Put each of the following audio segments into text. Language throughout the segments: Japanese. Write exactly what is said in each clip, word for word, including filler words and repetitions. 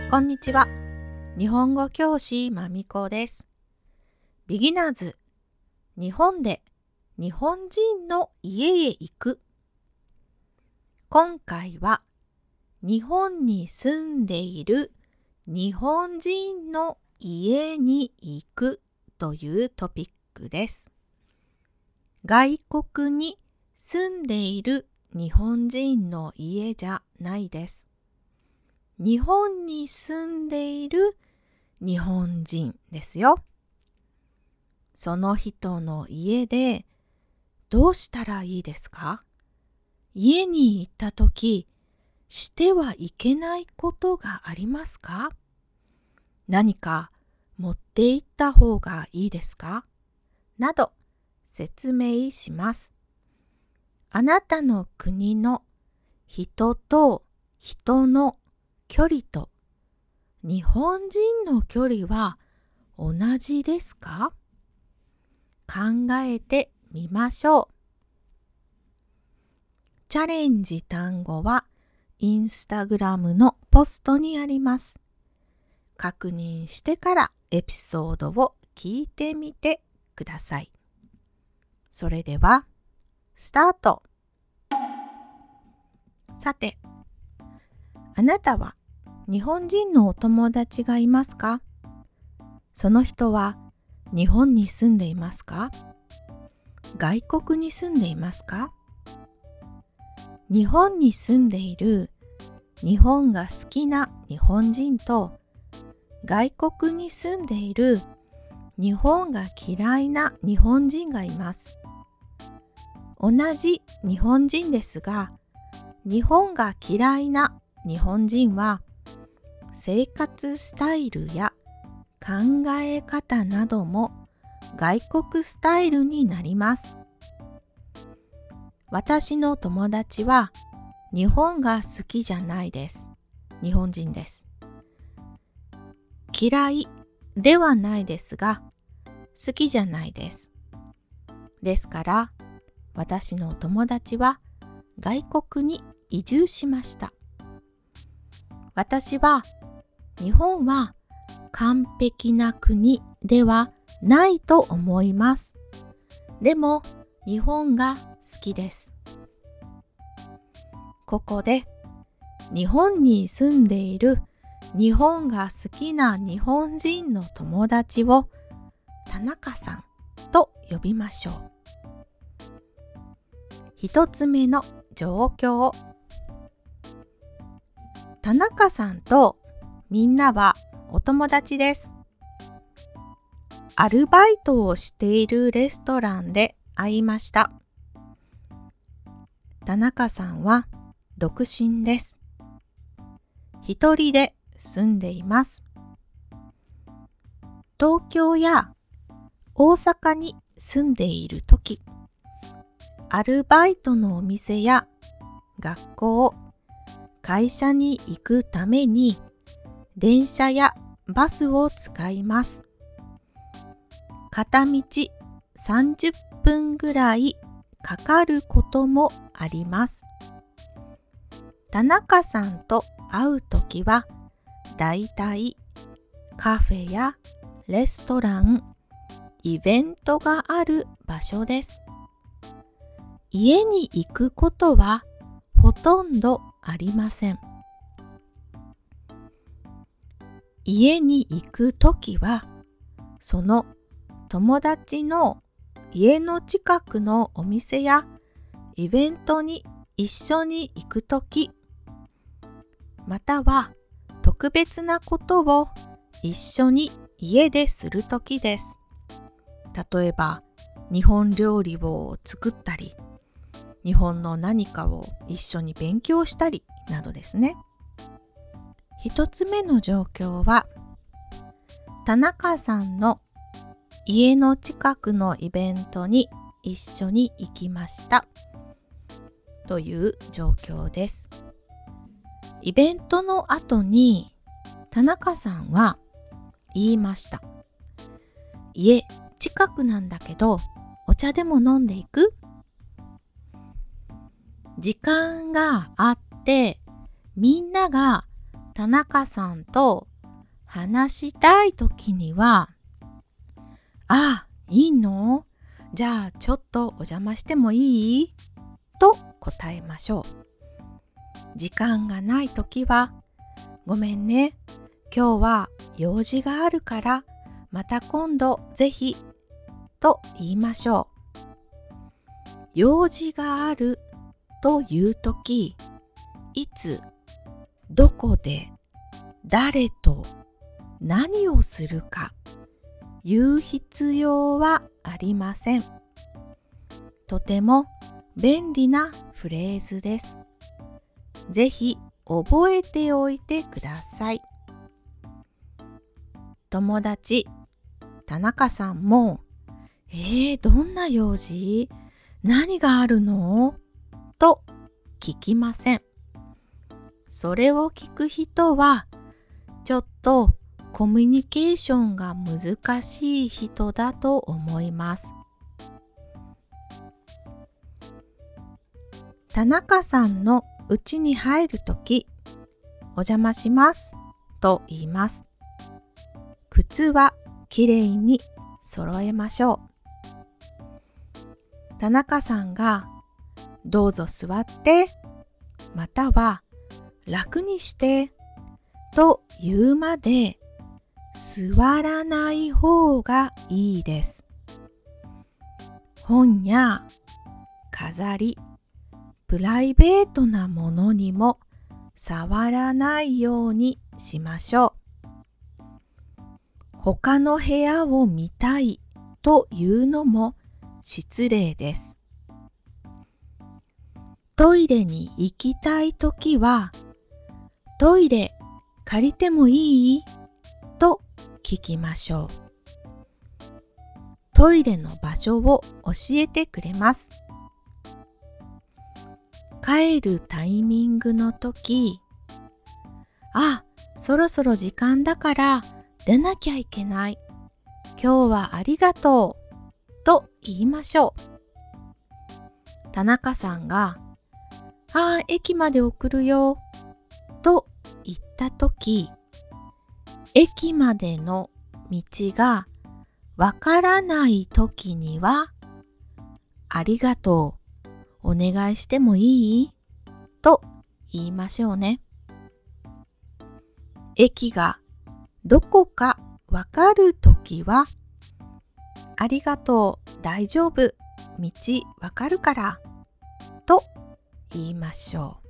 こんにちは。日本語教師まみこです。ビギナーズ、日本で日本人の家へ行く。今回は日本に住んでいる日本人の家に行くというトピックです。外国に住んでいる日本人の家じゃないです。日本に住んでいる日本人ですよ。その人の家でどうしたらいいですか？家に行ったとき、してはいけないことがありますか？何か持って行った方がいいですか？など説明します。あなたの国の人と人の距離と日本人の距離は同じですか？考えてみましょう。チャレンジ単語はインスタグラムのポストにあります。確認してからエピソードを聞いてみてください。それではスタート。さて、あなたは日本人のお友達がいますか？その人は日本に住んでいますか？外国に住んでいますか？日本に住んでいる日本が好きな日本人と外国に住んでいる日本が嫌いな日本人がいます。同じ日本人ですが、日本が嫌いな日本人は生活スタイルや考え方なども外国スタイルになります。私の友達は日本が好きじゃないです。日本人です。嫌いではないですが、好きじゃないです。ですから、私の友達は外国に移住しました。私は日本は完璧な国ではないと思います。でも日本が好きです。ここで日本に住んでいる日本が好きな日本人の友達を田中さんと呼びましょう。一つ目の状況。田中さんとみんなはお友達です。アルバイトをしているレストランで会いました。田中さんは独身です。一人で住んでいます。東京や大阪に住んでいるとき、アルバイトのお店や学校、会社に行くために電車やバスを使います。片道さんじゅっぷんぐらいかかることもあります。田中さんと会うときはだいたいカフェやレストラン、イベントがある場所です。家に行くことはほとんどありません。家に行くときは、その友達の家の近くのお店やイベントに一緒に行くとき、または特別なことを一緒に家でするときです。例えば、日本料理を作ったり、日本の何かを一緒に勉強したりなどですね。一つ目の状況は、田中さんの家の近くのイベントに一緒に行きましたという状況です。イベントの後に田中さんは言いました。家近くなんだけどお茶でも飲んでいく？時間があってみんなが田中さんと話したいときには、あ、いいの？じゃあちょっとお邪魔してもいい？と答えましょう。時間がないときは、ごめんね、今日は用事があるからまた今度ぜひと言いましょう。用事があるというとき、いつ、どこで、誰と、何をするか言う必要はありません。とても便利なフレーズです。ぜひ覚えておいてください。友達、田中さんも、えー、どんな用事？何があるの？と聞きません。それを聞く人は、ちょっとコミュニケーションが難しい人だと思います。田中さんの家に入るとき、お邪魔しますと言います。靴はきれいに揃えましょう。田中さんがどうぞ座ってまたは楽にしてと言うまで座らない方がいいです。本や飾り、プライベートなものにも触らないようにしましょう。他の部屋を見たいというのも失礼です。トイレに行きたいときは、トイレ借りてもいい？と聞きましょう。トイレの場所を教えてくれます。帰るタイミングのとき、あ、そろそろ時間だから出なきゃいけない。今日はありがとうと言いましょう。田中さんが、あ、駅まで送るよと言ったとき、駅までの道がわからないときには、ありがとう。お願いしてもいい？と言いましょうね。駅がどこかわかるときは、ありがとう、大丈夫、道わかるから、と言いましょ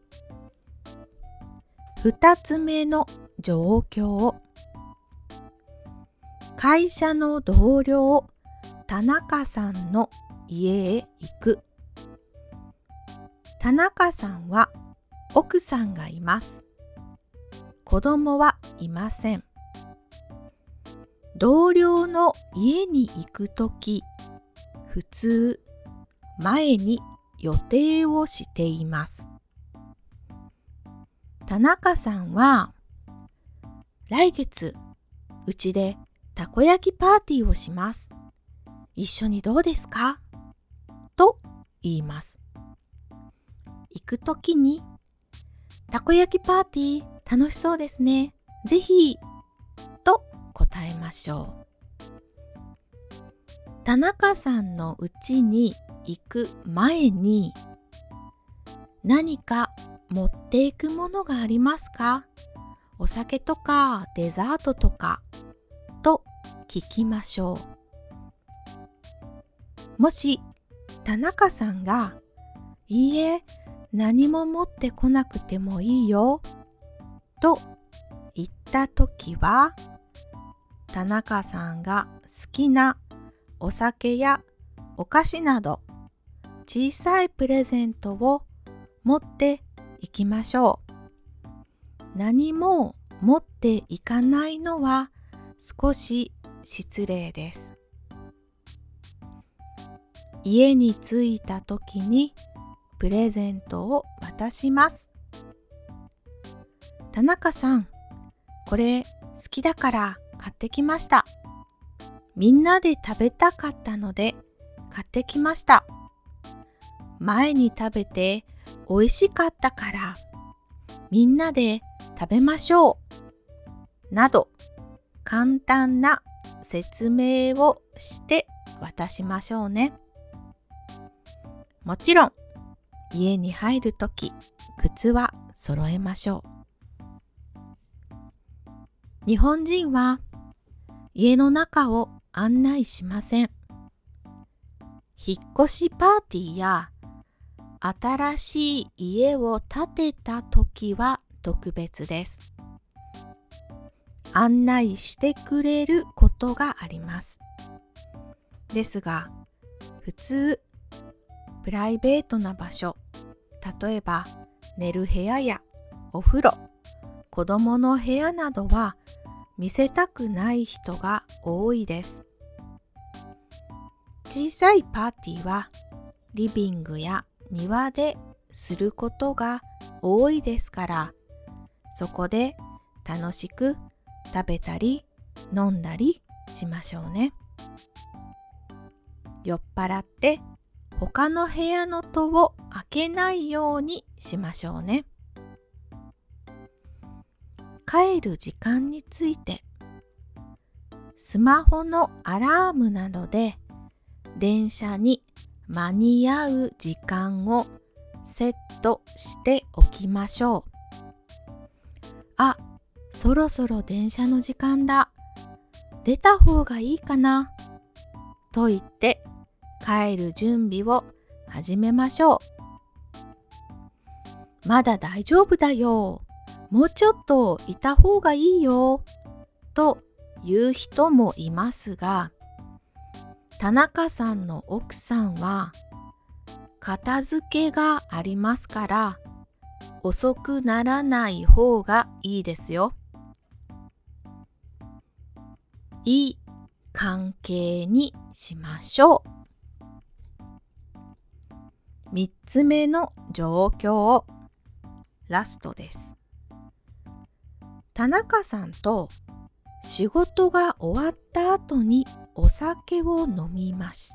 う。二つ目の状況。会社の同僚、田中さんの家へ行く。田中さんは奥さんがいます。子供はいません。同僚の家に行くとき、普通、前に予定をしています。田中さんは、来月、うちでたこ焼きパーティーをします。一緒にどうですか？と言います。行くときに、たこ焼きパーティー楽しそうですね。ぜひ、と答えましょう。田中さんの家に行く前に、何か持っていくものがありますか？お酒とかデザートとか、と聞きましょう。もし、田中さんが、いいえ、何も持ってこなくてもいいよ、と言ったときは、田中さんが好きなお酒やお菓子など小さいプレゼントを持っていきましょう。何も持っていかないのは少し失礼です。家に着いたときにプレゼントを渡します。田中さん、これ好きだから買ってきました。みんなで食べたかったので買ってきました。前に食べて美味しかったからみんなで食べましょうなど簡単な説明をして渡しましょうね。もちろん家に入るとき靴は揃えましょう。日本人は家の中を案内しません。引っ越しパーティーや新しい家を建てたときは特別です。案内してくれることがあります。ですが、普通、プライベートな場所、例えば寝る部屋やお風呂、子供の部屋などは見せたくない人が多いです。小さいパーティーはリビングや庭ですることが多いですから、そこで楽しく食べたり飲んだりしましょうね。酔っ払って他の部屋の戸を開けないようにしましょうね。帰る時間について、スマホのアラームなどで電車に間に合う時間をセットしておきましょう。あ、そろそろ電車の時間だ。出た方がいいかな。と言って帰る準備を始めましょう。まだ大丈夫だよ。もうちょっといた方がいいよ。という人もいますが、田中さんの奥さんは片付けがありますから遅くならない方がいいですよ。いい関係にしましょう。三つ目の状況、ラストです。田中さんと仕事が終わった後にお酒を飲みました。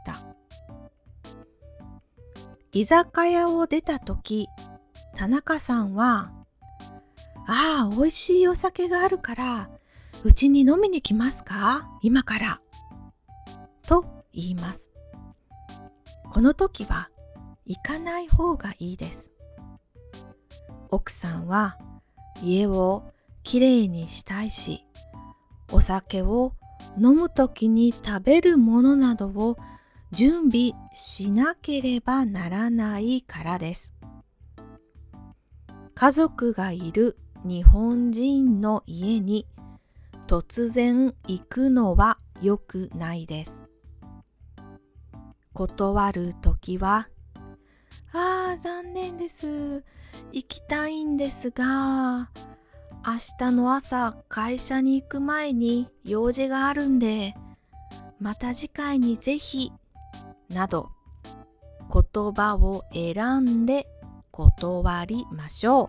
居酒屋を出たとき、田中さんは、ああ、美味しいお酒があるから、うちに飲みに来ますか？今から。と言います。この時は行かない方がいいです。奥さんは家をきれいにしたいし、お酒を飲むときに食べるものなどを準備しなければならないからです。家族がいる日本人の家に突然行くのは良くないです。断るときは、ああ、残念です。行きたいんですが、明日の朝会社に行く前に用事があるんで、また次回にぜひ、など言葉を選んで断りましょ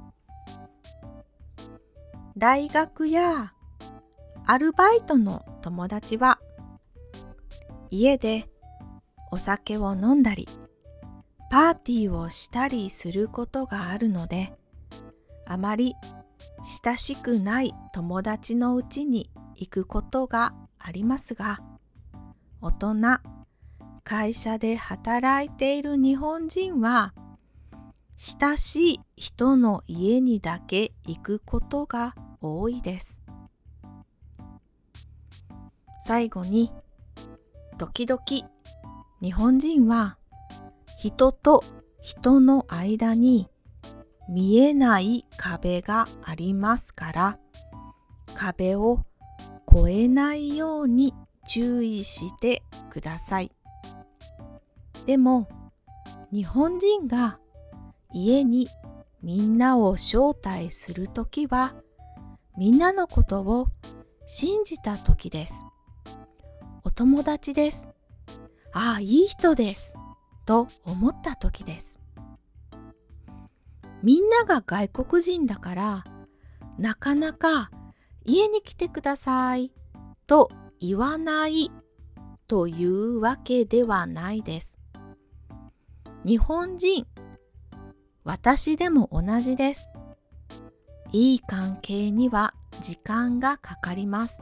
う。大学やアルバイトの友達は家でお酒を飲んだりパーティーをしたりすることがあるので、あまり親しくない友達のうちに行くことがありますが、大人、会社で働いている日本人は親しい人の家にだけ行くことが多いです。最後に、時々日本人は人と人の間に見えない壁がありますから、壁を越えないように注意してください。でも、日本人が家にみんなを招待するときは、みんなのことを信じたときです。お友達です。ああ、いい人です。と思ったときです。みんなが外国人だから、なかなか家に来てくださいと言わないというわけではないです。日本人、私でも同じです。 いい関係には時間がかかります。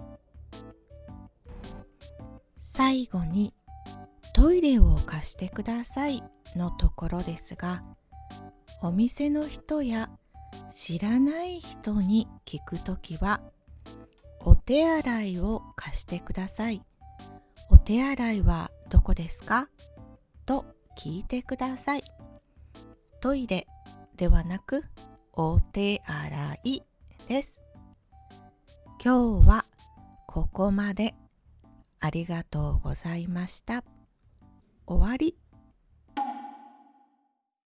最後にトイレを貸してくださいのところですが、お店の人や知らない人に聞くときは、お手洗いを貸してください。お手洗いはどこですかと聞いてください。トイレではなくお手洗いです。今日はここまで。ありがとうございました。終わり。